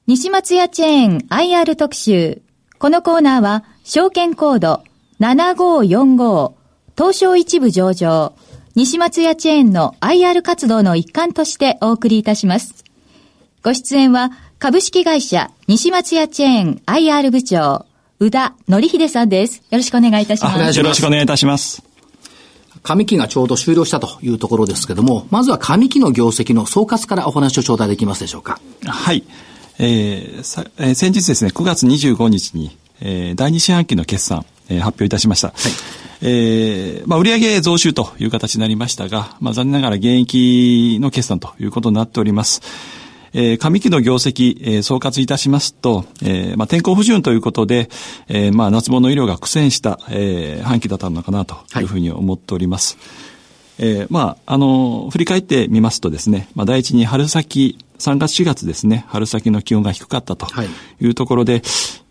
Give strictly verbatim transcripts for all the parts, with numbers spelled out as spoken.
西松屋チェーン アイアール 特集。このコーナーは証券コードななごーよんご東証一部上場西松屋チェーンの アイアール 活動の一環としてお送りいたします。ご出演は株式会社西松屋チェーン アイアール 部長宇田典秀さんです。よろしくお願いいたします。 よろしくお願いいたします。 上期がちょうど終了したというところですけども、まずは上期の業績の総括からお話を頂戴できますでしょうか。 はい。えーさえー、先日ですね、くがつにじゅうごにちに、えー、だいに四半期の決算、えー、発表いたしました。はい。えー、まあ、売上増収という形になりましたが、まあ、残念ながら減益の決算ということになっております。えー、上期の業績、えー、総括いたしますと、えー、まあ、天候不順ということで、えー、まあ、夏物医療が苦戦した、えー、半期だったのかなというふうに思っております。はい。えー、まあ、あの、振り返ってみますとですね、まあ、第一に春先、さんがつしがつですね、春先の気温が低かったというところで、はい、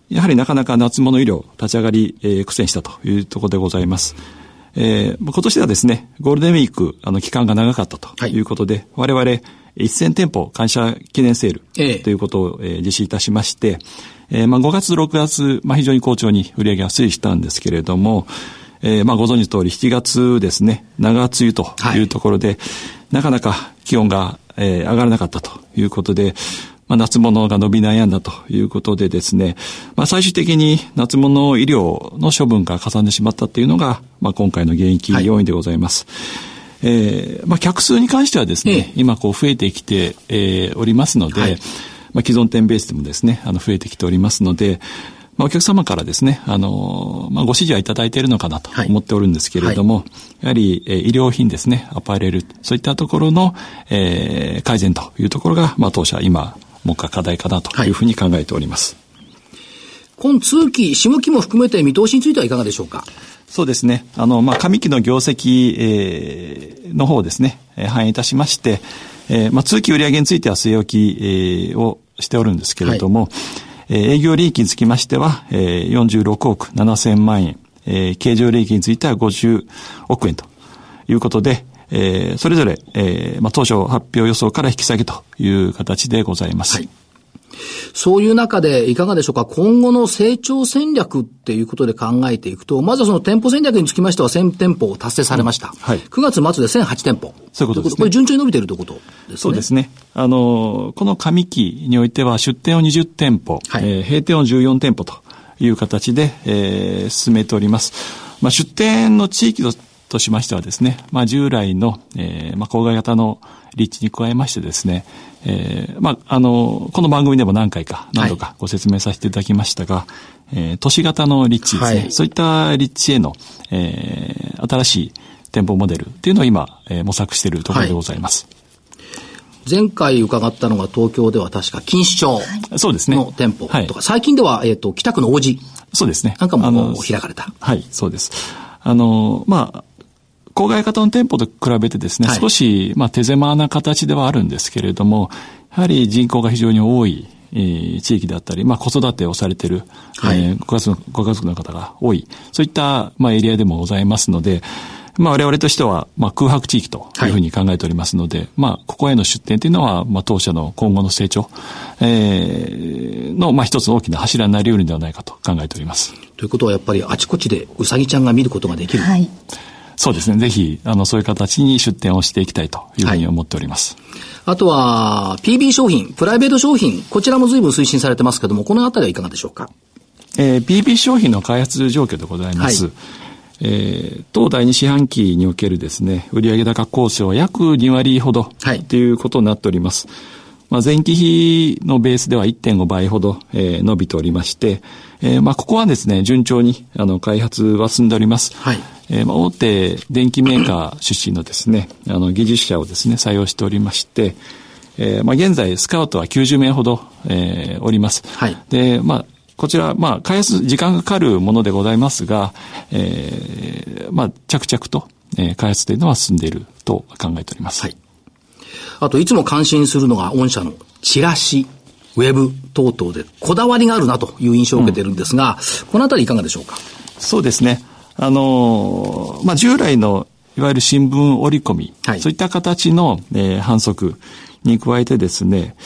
やはりなかなか夏物医療立ち上がり、えー、苦戦したというところでございます。えー、今年はですね、ゴールデンウィーク、あの、期間が長かったということで、はい、我々、せんてんぽ感謝記念セールということを、えー、実施いたしまして、えー、まあごがつ、ろくがつ、まあ非常に好調に売り上げが推移したんですけれども、えー、まあご存知の通りしちがつですね、長梅雨というところで、はい、なかなか気温が、えー、上がらなかったということで、まあ夏物が伸び悩んだということでですね、まあ最終的に夏物医療の処分がかさんでしまったというのが、まあ今回の減益要因でございます。はい。えー、まあ、客数に関してはですね、ええ、今こう増えてきて、えー、おりますので、はい、まあ、既存店ベースでもですね、あの、増えてきておりますので、まあ、お客様からですね、あの、まあ、ご指示はいただいているのかなと思っておるんですけれども、はいはい、やはり、えー、医療品ですね、アパレル、そういったところの、えー、改善というところが、まあ、当社今、目下課題かなというふうに考えております。はい、 今通期、下期も含めて見通しについてはいかがでしょうか。 そうですね。あの、まあ、上期の業績、えー、の方ですね、えー、反映いたしまして、えー、まあ、通期売上については据え置き、えー、をしておるんですけれども、はい、えー、営業利益につきましては、えー、よんじゅうろくおくななせんまんえん、えー、経常利益についてはごじゅうおくえんということで、えー、それぞれ、えー、まあ、当初発表予想から引き下げという形でございます。はい。 そういう中でいかがでしょうか。今後の成長戦略っていうことで考えていくと、まずはその店舗戦略につきましてはせんてんぽを達成されました。うん、はい。くがつ末でせんはちてんぽ。 そういうことですね。 これ順調に伸びているということですね。 そうですね。あの、この上期においては出店をにじゅってんぽ、はい、えー、閉店をじゅうよんてんぽという形で、えー、進めております。まあ、出店の地域ととしましてはですね、まあ従来の、えー、まあ郊外型の立地に加えましてですね、えー、まああの、この番組でも何回か何度かご説明させていただきましたが、はい、えー、都市型の立地ですね、はい、そういった立地への、えー、新しい店舗モデルっていうのを今、えー、模索しているところでございます。 はい、前回伺ったのが東京では確か錦糸町の店舗とか、はい、最近では、えっと、北区の王子。 そうですね。 なんかも開かれた。 はい、そうです。あの、まあ、郊外型の店舗と比べてですね、はい、少し、まあ、手狭な形ではあるんですけれども、やはり人口が非常に多い、えー、地域であったり、まあ、子育てをされている、はい、えー、ご家族の、ご家族の方が多い、そういった、まあ、エリアでもございますので、まあ、我々としては、まあ、空白地域というふうに考えておりますので、はい、まあ、ここへの出店というのは、まあ、当社の今後の成長、えー、の、まあ、一つの大きな柱になり得るのではないかと考えております。 ということは、やっぱりあちこちでうさぎちゃんが見ることができる。はい。 そうですね。ぜひ、あの、そういう形に出店をしていきたいというふうに思っております。 はい、あとは、ピービー 商品、プライベート商品、こちらも随分推進されてますけども、このあたりはいかがでしょうか。 えー、ピービー 商品の開発状況でございます。はい、えー、当だいに四半期におけるですね、売上高構成は約にわりほどということになっております。はい、まあ、前期比のベースでは いってんごばいほど、えー、伸びておりまして、えー、まあ、ここはですね、順調に、あの、開発は進んでおります。はい。えー、まあ、大手電機メーカー出身のですね、あの、技術者をですね、採用しておりまして、えー、まあ、現在、スカウトはきゅうじゅうめいほど、えー、おります。はい。で、まあ、こちら、まあ、開発、時間がかかるものでございますが、えー、まあ、着々と、えー、開発というのは進んでいると考えております。はい。 あと、いつも感心するのが、御社のチラシ、ウェブ等々でこだわりがあるなという印象を受けているんですが、うん、このあたりいかがでしょうか。 そうですね。あの、まあ、従来のいわゆる新聞折り込み、はい、そういった形の、えー、販促に加えてですね、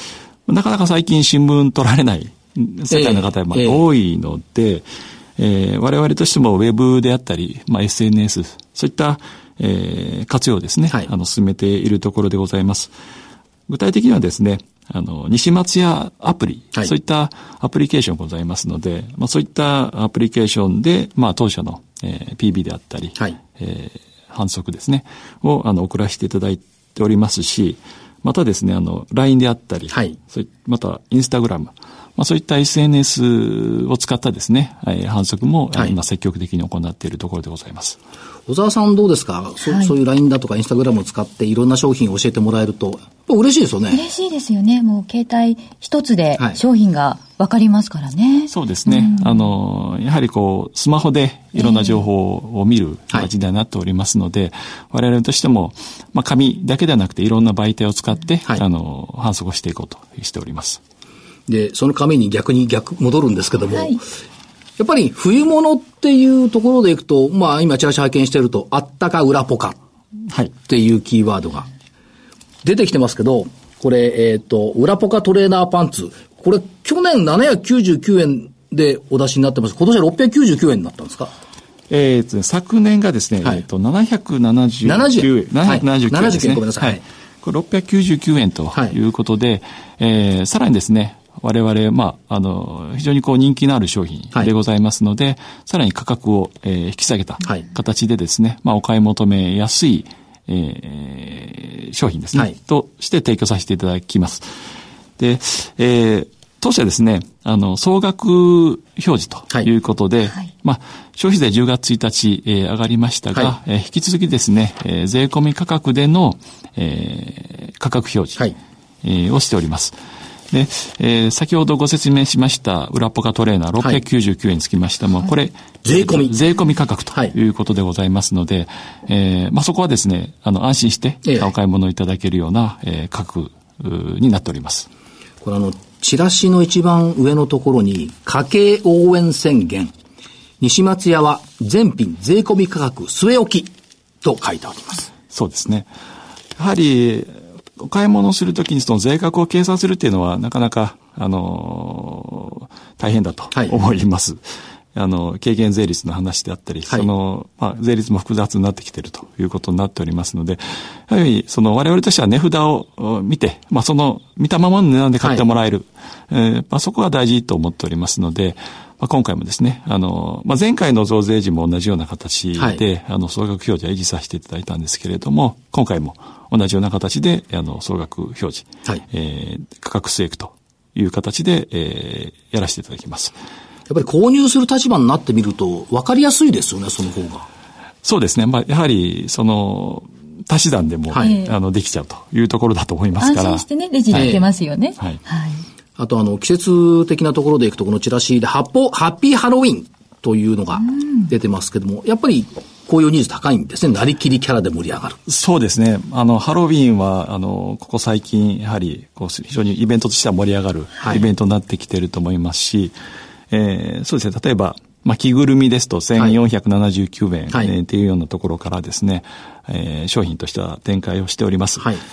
なかなか最近新聞取られない世界の方も多いので、えーえー、我々としてもウェブであったり、まあ、エスエヌエス、そういった、えー、活用をですね、はい、あの、進めているところでございます。具体的にはですね、あの、西松屋アプリ、はい、そういったアプリケーションございますので、まあ、そういったアプリケーションで、まあ、当社の、えー、ピービー であったり、はい、えー、反則ですね、を、あの、送らせていただいておりますし、またですね、あの、ライン であったり、はい、そういまた、インスタグラム、まあ、そういった エスエヌエス を使ったですね、えー、反則も、はい、今積極的に行っているところでございます。 小沢さんどうですか、そ、はい、そういう ライン だとかインスタグラムを使っていろんな商品を教えてもらえると、嬉しいですよね。 嬉しいですよね。もう携帯一つで商品がわかりますからね。 はい、そうですね。うん、あの、やはりこう、スマホでいろんな情報を見る時代になっておりますので、はい、我々としても、まあ、紙だけではなくていろんな媒体を使って、はい、あの、反則をしていこうとしております。 で、その紙に逆に逆、戻るんですけども、はい、やっぱり冬物っていうところでいくと、まあ今チラシ拝見してると、あったか裏ポカっていうキーワードが出てきてますけど、これ、えっと、裏ポカトレーナーパンツ。これ去年ななひゃくきゅうじゅうきゅうえんでお出しになってます。今年はろっぴゃくきゅうじゅうきゅうえんになったんですか？ えーと、昨年がですね、はい、えっと、ななひゃくななじゅうきゅうえん。ななひゃくななじゅうきゅうえんですね。はい、ごめんなさい。はい、これろっぴゃくきゅうじゅうきゅうえんということで、はい、えー、さらにですね、我々、まあ、あの、非常にこう人気のある商品でございますので、はい、さらに価格を、えー、引き下げた形でですね、はい、まあ、お買い求めやすい、えー、商品ですね、はい、として提供させていただきます。で、えー、当社ですね、あの、総額表示ということで、はい、まあ、消費税じゅうがつついたち、えー、上がりましたが、はい、えー、引き続きですね、えー、税込み価格での、えー、価格表示、はい、えー、をしております。で、えー、先ほどご説明しました裏ポカトレーナーろっぴゃくきゅうじゅうきゅうえんにつきましても、はい、これ、 税込み。 税込み価格ということでございますので、はい、えー、まあ、そこはですね、あの、安心してお買い物いただけるような、えー、価格になっております。 これあの、チラシの一番上のところに、家計応援宣言、西松屋は全品税込み価格据え置きと書いてあります。 そうですね。やはり、お買い物をするときにその税額を計算するっていうのはなかなか、あのー、大変だと思います。はい、あの、軽減税率の話であったり、はい、その、まあ、税率も複雑になってきているということになっておりますので、やはり、その我々としては値札を見て、まあ、その、見たままの値段で買ってもらえる。はい、えー、まあ、そこが大事と思っておりますので、まあ、今回もですね、あの、まあ、前回の増税時も同じような形で、はい、あの、総額表示は維持させていただいたんですけれども、今回も同じような形で、あの、総額表示、はい、えー、価格据え置きという形で、えー、やらせていただきます。 やっぱり購入する立場になってみると、分かりやすいですよね、その方が。 そうですね。まあ、やはり、その、足し算でも、はい、あの、できちゃうというところだと思いますから。 安心してね、レジで行けますよね。はい。はい。 あとあの、季節的なところでいくと、このチラシでハッポ、ハッピーハロウィンというのが出てますけども、やっぱりこういうニーズ高いんですね。なりきりキャラで盛り上がる。 そうですね。あの、ハロウィンは、あの、ここ最近、やはり、こう、非常にイベントとしては盛り上がるイベントになってきていると思いますし、はい、えー、そうですね。例えば、まあ、着ぐるみですとせんよんひゃくななじゅうきゅうえん、はい、えー、っていうようなところからですね、えー、商品としては展開をしております。はい、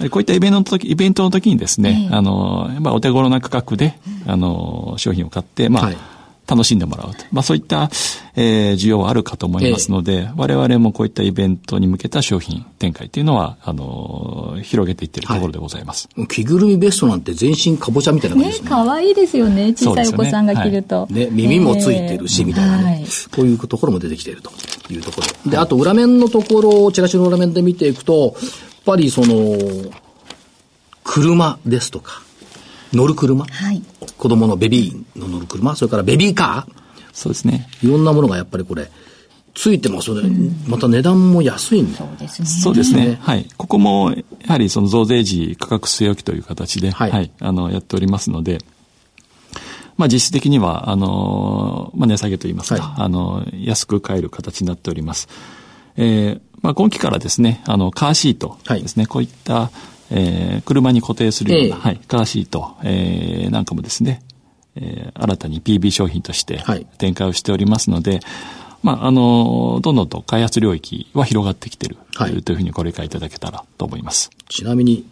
こういったイベントの時、イベントの時にですね、えー、あの、まあ、お手頃な価格で、あの、商品を買って、まあ、はい、楽しんでもらうと。まあ、そういった、えー、需要はあるかと思いますので、えー、我々もこういったイベントに向けた商品展開っていうのは、あの、広げていっているところでございます。 はい、着ぐるみベストなんて全身かぼちゃみたいな感じですね。 ね、かわいいですよね。小さいお子さんが着ると。 ね、はい、ね、耳もついてるし、えー、みたいなね、はい。こういうところも出てきているというところ。で、あと裏面のところを、チラシの裏面で見ていくと、やっぱりその、車ですとか、乗る車、はい、子供のベビーの乗る車、それからベビーカー、 そうですね。 いろんなものがやっぱりこれ、ついてますよね。うん、また値段も安いんだ。 そうですね。 そうですね。はい。ここも、やはりその増税時価格据え置きという形で、はい、はい、あの、やっておりますので、まあ実質的には、あの、まあ値下げといいますか、はい、あの、安く買える形になっております。えー、まあ今期からですね、あの、カーシートですね、はい、こういった、えー、車に固定するような、えー、はい、カーシート、えー、なんかもですね、えー、新たに ピービー 商品として展開をしておりますので、はい、まあ、あの、どんどんと開発領域は広がってきている、はい、というふうにご理解いただけたらと思います。 ちなみに、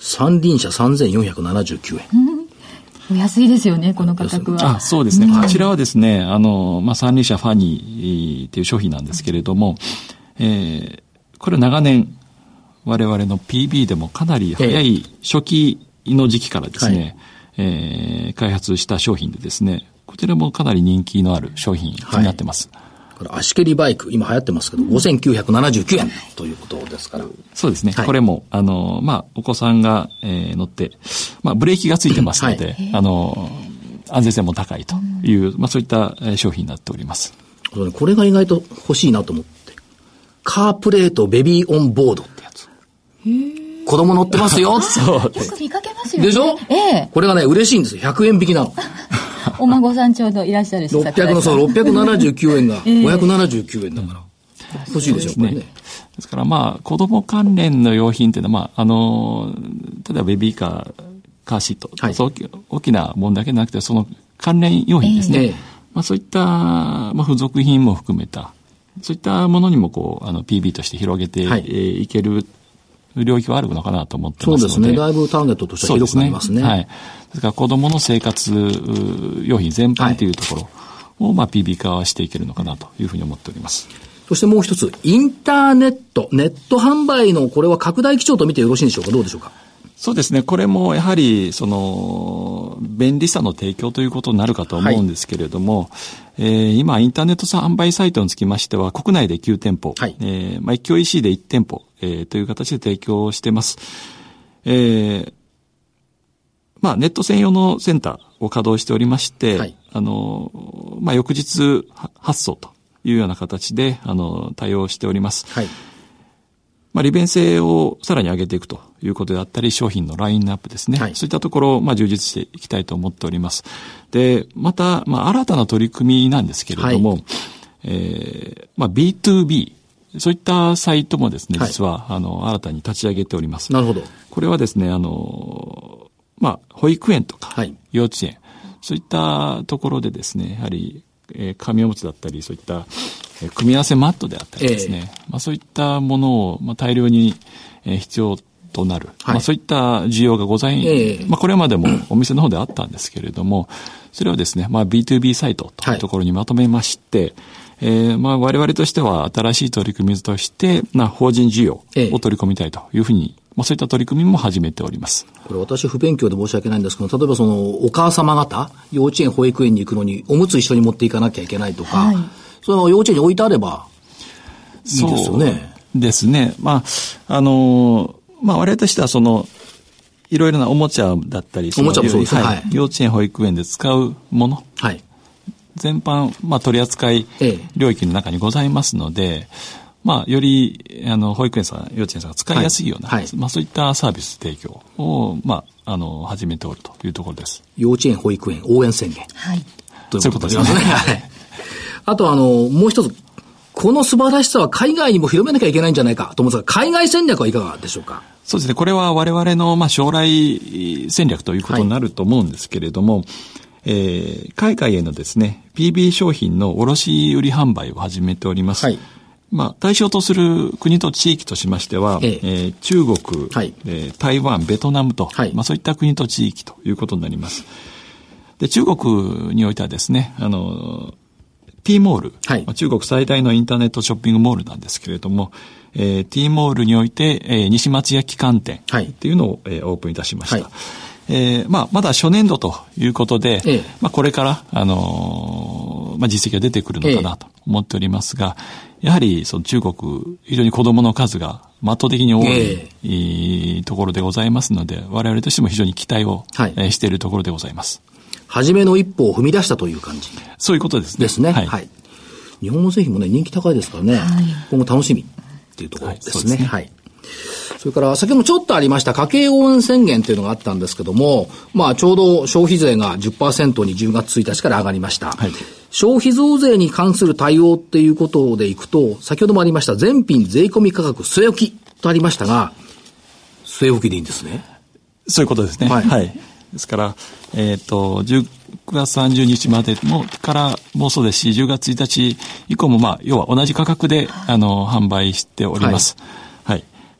三輪車さんぜんよんひゃくななじゅうきゅうえん。 うんお安いですよね、この価格は。 あ、そうですね。うん、こちらはですね、あの、まあ、三輪車ファニーっていう商品なんですけれども、えー、これ長年、我々の ピービー でもかなり早い初期の時期からですね、はいえー、開発した商品でですね、こちらもかなり人気のある商品になってます。はいこれ足蹴りバイク、今流行ってますけど、ごせんきゅうひゃくななじゅうきゅうえんということですから。 そうですね。 はい、 これも、あの、まあ、お子さんが、えー、乗って、まあ、ブレーキがついてますので、はい、あの、安全性も高いという、まあ、そういった商品になっております。 これが意外と欲しいなと思って。カープレートベビーオンボードってやつ。子供乗ってますよ。 そう。よく見かけますよね。 でしょええ。これがね、嬉しいんですよ。ひゃくえん引きなの。 お孫さんちょうどいらっしゃるし。 ろっぴゃくの、そう、ろっぴゃくななじゅうきゅうえんがごひゃくななじゅうきゅうえんだから。えー、欲しいでしょ、これね。 ですからまあ、子供関連の用品っていうのは、まあ、あの、例えばベビーカー、カーシート、はい、そう大きなものだけじゃなくて、その関連用品ですね。えー、まあ、そういった、まあ、付属品も含めた、そういったものにもこう、あの、ピービー として広げて、はいえー、いける領域はあるのかなと思ってますので。 そうですね。だいぶターゲットとしては広くなりますね。 はい。ですから子供の生活用品全般というところを、まあ ピービー 化していけるのかなというふうに思っております。 そしてもう一つ、インターネット、ネット販売のこれは拡大基調と見てよろしいんでしょうか。どうでしょうか。 そうですね。これもやはり、その、便利さの提供ということになるかと思うんですけれども、はいえー、今、インターネット販売サイトにつきましては、国内できゅうてんぽ、はいえーまあ、一挙 イーシー でいち店舗、えー、という形で提供しています。えー、まあ、ネット専用のセンターを稼働しておりまして、はい、あの、まあ、翌日発送というような形で、あの、対応しております。はいまあ、利便性をさらに上げていくということであったり、商品のラインナップですね。はい、そういったところを、まあ、充実していきたいと思っております。で、また、まあ、新たな取り組みなんですけれども、はいえー、まあ、ビーツービー、そういったサイトもですね、実は、はい、あの、新たに立ち上げております。 なるほど。 これはですね、あの、まあ、保育園とか、はい、幼稚園、そういったところでですね、やはり、えー、紙おむつだったり、そういった、えー、組み合わせマットであったりですね、えー、まあそういったものを、まあ、大量に、えー、必要となる、はい、まあそういった需要がござい、えー、まあこれまでもお店の方であったんですけれども、それをですね、まあ ビーツービー サイトというところにまとめまして、はいえー、まあ我々としては新しい取り組みとして、まあ法人需要を取り込みたいというふうに、えーまあ、そういった取り組みも始めております。 これ私不勉強で申し訳ないんですけど、例えばそのお母様方、幼稚園保育園に行くのにおむつ一緒に持っていかなきゃいけないとか、はい、その幼稚園に置いてあればいいですよね。 そうですね。まあ、あの、まあ我々としてはその、いろいろなおもちゃだったり、 おもちゃもそうですね、 はい。幼稚園保育園で使うもの。はい。全般、まあ取り扱い領域の中にございますので、ええまあ、より、あの、保育園さん、幼稚園さんが使いやすいような、はいはい、まあ、そういったサービス提供を、まあ、あの、始めておるというところです。 幼稚園、保育園、応援宣言。 はい。 ということですね。はい。あと、あの、もう一つ、この素晴らしさは海外にも広めなきゃいけないんじゃないかと思うんですが、海外戦略はいかがでしょうか。 そうですね。これは我々の、まあ、将来戦略ということになると思うんですけれども、はいえー、海外へのですね、ピービー 商品の卸売販売を始めております。はい。まあ、対象とする国と地域としましては、えええー、中国、はいえー、台湾、ベトナムと、はい、まあそういった国と地域ということになります。で、中国においてはですね、あの、T モール、はい、中国最大のインターネットショッピングモールなんですけれども、えー、T モールにおいて、えー、西松屋旗艦店っていうのを、えー、オープンいたしました。はいえー、まあ、まだ初年度ということで、ええ、まあ、これから、あのー、まあ、実績が出てくるのかなと思っておりますが、ええ、やはり、その中国、非常に子供の数が圧倒的に多い、ええ、ところでございますので、我々としても非常に期待を、はいえー、しているところでございます。 初めの一歩を踏み出したという感じ。 そういうことですね。 ですね。はい。はい、日本の製品もね、人気高いですからね、はい、今後楽しみっていうところですね。はい。はい、それから先ほどもちょっとありました家計応援宣言というのがあったんですけども、まあちょうど消費税が じゅっパーセント にじゅうがつついたちから上がりました。はい、消費増税に関する対応っていうことでいくと、先ほどもありました全品税込み価格据え置きとありましたが、据え置きでいいんですね。 そういうことですね。はい。はい、ですから、えっと、くがつさんじゅうにちまでもからもそうですし、じゅうがつついたち以降もまあ要は同じ価格であの販売しております。はい。はい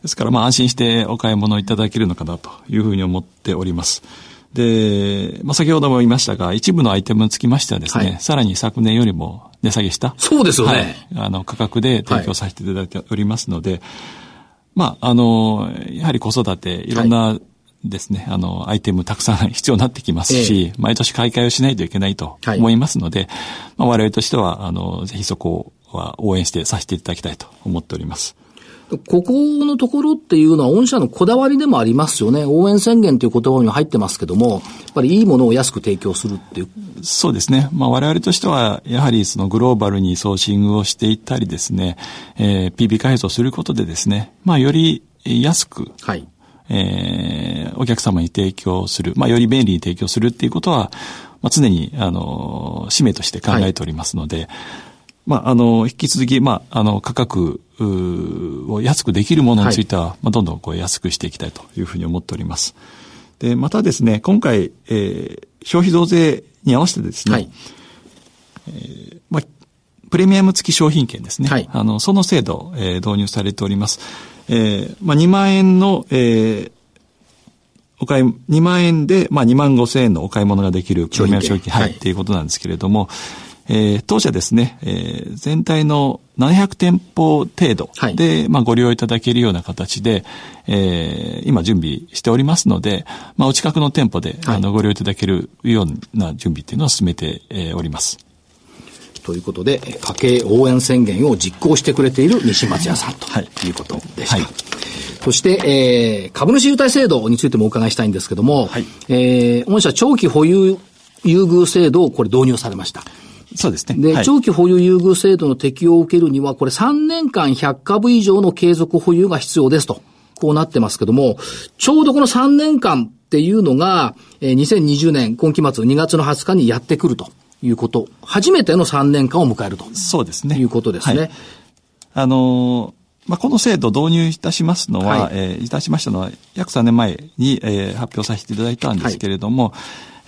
ですから、まあ安心してお買い物いただけるのかなというふうに思っております。で、まあ先ほども言いましたが、一部のアイテムにつきましてはですね、はい、さらに昨年よりも値下げした。 そうですよね。 はい、あの、価格で提供させていただいておりますので、はい、まあ、あの、やはり子育て、いろんなですね、はい、あの、アイテムたくさん必要になってきますし、えー、毎年買い替えをしないといけないと思いますので、はい、まあ、我々としては、あの、ぜひそこは応援してさせていただきたいと思っております。 ここのところっていうのは御社のこだわりでもありますよね。応援宣言という言葉にも入ってますけども、やっぱりいいものを安く提供するっていう。 そうですね。まあ我々としては、やはりそのグローバルにソーシングをしていったりですね、えー、ピービー 開発をすることでですね、まあより安く、はい、えー、お客様に提供する、まあより便利に提供するっていうことは、まあ常に、あの、使命として考えておりますので、はい、まあ、あの、引き続き、まあ、あの、価格を安くできるものについては、はい、まあ、どんどんこう安くしていきたいというふうに思っております。で、またですね、今回、えー、消費増税に合わせてですね、はい、えー、まあ、プレミアム付き商品券ですね。はい、あの、その制度、えー、導入されております。えー、まあ、にまんえんの、えー、お買い、にまんえんで、まあ、にまんごせんえんのお買い物ができるプレミアム商品券、はい、っていうことなんですけれども、えー、当社ですね、えー、全体のななひゃくてんぽ程度で、はい、まあ、ご利用いただけるような形で、えー、今準備しておりますので、まあ、お近くの店舗で、はい、あのご利用いただけるような準備っていうのを進めて、えー、おります。 ということで、家計応援宣言を実行してくれている西松屋さんということでした。はいはい、そして、えー、株主優待制度についてもお伺いしたいんですけども、はい、えー、御社長期保有優遇制度をこれ導入されました。 そうですね。 で、はい、長期保有優遇制度の適用を受けるには、これさんねんかんひゃっかぶ以上の継続保有が必要ですと、こうなってますけども、ちょうどこのさんねんかんっていうのが、えー、にせんにじゅうねん今期末にがつのはつかにやってくるということ。初めてのさんねんかんを迎えると。 そうですね。 いうことですね。はい、 あのー、まあ、この制度を導入いたしますのは、はい、えー、いたしましたのは、約さんねんまえに、えー、発表させていただいたんですけれども、はい、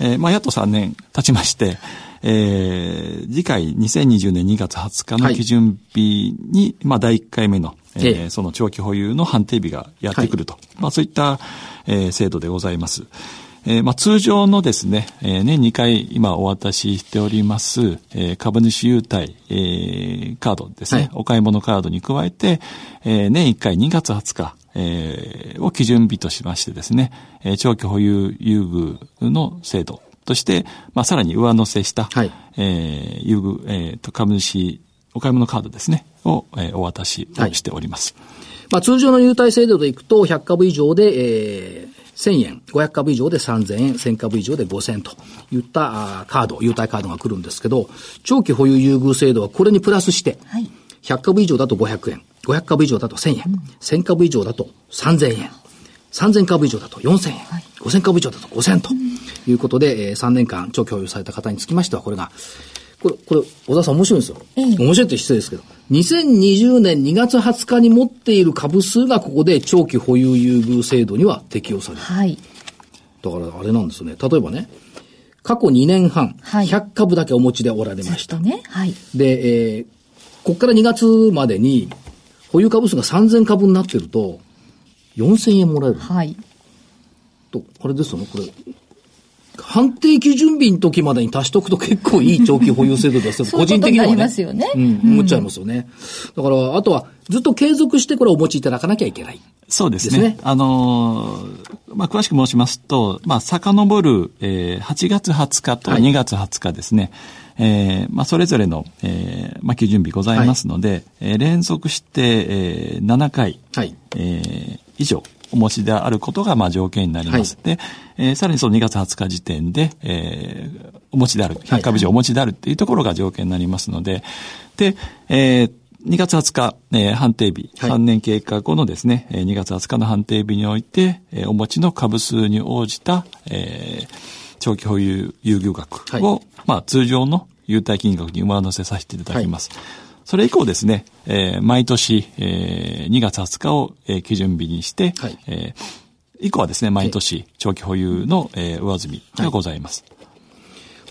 えー、まあ、やっとさんねん経ちまして、えー、次回にせんにじゅうねんにがつはつかの基準日に、はい、まあ、だいいっかいめの、えーええ、その長期保有の判定日がやってくると。はい、まあ、そういった、えー、制度でございます。えー、まあ、通常のですね、えー、年にかい今お渡ししております、えー、株主優待、えー、カードですね、はい、お買い物カードに加えて、えー、年いっかいにがつはつか、えー、を基準日としましてですね、えー、長期保有優遇の制度として、まあ、さらに上乗せした、はい、えー、優遇、えー、と、株主、お買い物カードですね、を、えー、お渡しをしております。はい、 まあ、通常の優待制度でいくと、ひゃっかぶ以上で、えー、せんえん、ごひゃくかぶ以上でさんぜんえん、せんかぶ以上でごせんといったカード、優待カードが来るんですけど、長期保有優遇制度はこれにプラスして、はい、ひゃっかぶ以上だとごひゃくえん、ごひゃくかぶ以上だとせんえん、うん、せんかぶ以上だとさんぜんえん、さんぜんかぶ以上だとよんせんえん、はい、ごせんかぶ以上だとごせんということで、えー、さんねんかん長期保有された方につきましては、これが、これ、これ、小田さん面白いんですよ。ええ、面白いって失礼ですけど、にせんにじゅうねんにがつはつかに持っている株数がここで長期保有優遇制度には適用される。はい。だからあれなんですよね。例えばね、過去にねんはん、はい、ひゃっかぶだけお持ちでおられました。ね。はい。で、えー、ここからにがつまでに保有株数がさんぜんかぶになってると、よんせんえんもらえる。はい。と、あれですよね、これ。判定基準日の時までに足しとくと結構いい長期保有制度ですよ。個人的にはね。そういうことになりますよね。うん、思っちゃいますよね。だから、あとはずっと継続してこれをお持ちいただかなきゃいけない。 そうですね。ですね。あのー、まあ、詳しく申しますと、まあ、遡る、えー、はちがつはつかとにがつはつかですね。はい、えー、まあ、それぞれの、えー、まあ、基準日ございますので、はい、えー、連続して、えー、ななかい、はい、えー、以上、お持ちであることが、まあ、条件になります。はい、で、えー、さらにそのにがつはつか時点で、えー、お持ちである、ひゃっかぶ以上お持ちであるっていうところが条件になりますので、で、えー、にがつはつか、えー、判定日、はい、さんねん経過後のですね、にがつはつかの判定日において、えー、お持ちの株数に応じた、えー、長期保有優遇額を、はい、まあ、通常の優待金額に上乗せさせていただきます。はい、それ以降ですね、えー、毎年、えー、にがつはつかを、えー、基準日にして、はい、えー、以降はですね、毎年長期保有の、えー、上積みがございます。はい、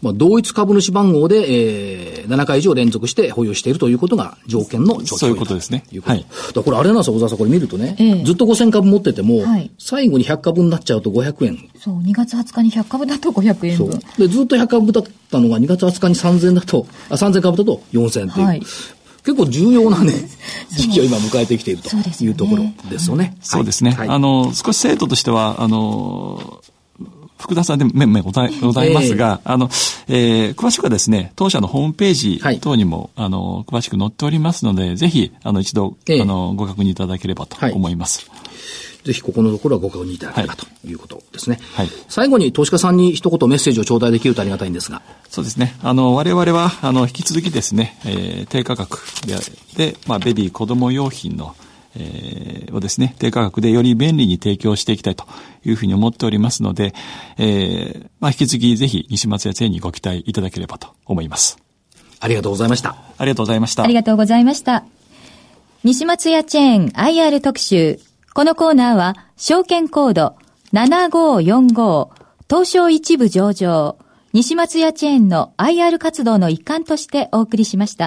まあ、同一株主番号で、えー、ななかい以上連続して保有しているということが条件の長期保有。 そういうことですね。 はい。だからこれあれなんですよ、小沢さん、これ見るとね、 ええ、 ずっとごせんかぶ持ってても、 はい、 最後にひゃくかぶになっちゃうとごひゃくえん。 そう、にがつはつかにひゃくかぶだとごひゃくえんぶん。 そう。で、ずっとひゃくかぶだったのがにがつはつかにさんぜんだと、あ、さんぜんかぶだとよんせんっていう。はい、結構重要なね、時期を今迎えてきているというところですよね。 そうですね。はい、あの、少し制度としては、あの、複雑な面もございますが、えー、あの、えー、詳しくはですね、当社のホームページ等にも、はい、あの、詳しく載っておりますので、ぜひ、あの、一度、えー、あの、ご確認いただければと思います。はい、 ぜひ、ここのところはご確認いただければ、はい、ということですね。はい。最後に、投資家さんに一言メッセージを頂戴できるとありがたいんですが。 そうですね。あの、我々は、あの、引き続きですね、えー、低価格で、で、まあ、ベビー子供用品の、えー、をですね、低価格でより便利に提供していきたいというふうに思っておりますので、えー、まあ、引き続きぜひ西松屋チェーンにご期待いただければと思います。 ありがとうございました。 ありがとうございました。 ありがとうございました。西松屋チェーン アイアール 特集。このコーナーは、証券コードななごよんご、東証一部上場、西松屋チェーンの アイアール 活動の一環としてお送りしました。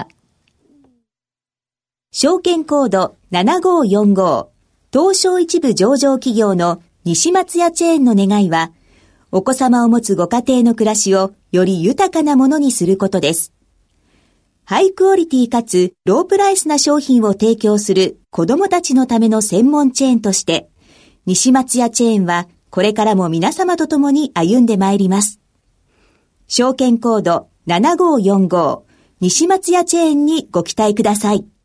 証券コードななごよんご、東証一部上場企業の西松屋チェーンの願いは、お子様を持つご家庭の暮らしをより豊かなものにすることです。ハイクオリティかつロープライスな商品を提供する子供たちのための専門チェーンとして、西松屋チェーンはこれからも皆様と共に歩んでまいります。証券コードななごよんご、西松屋チェーンにご期待ください。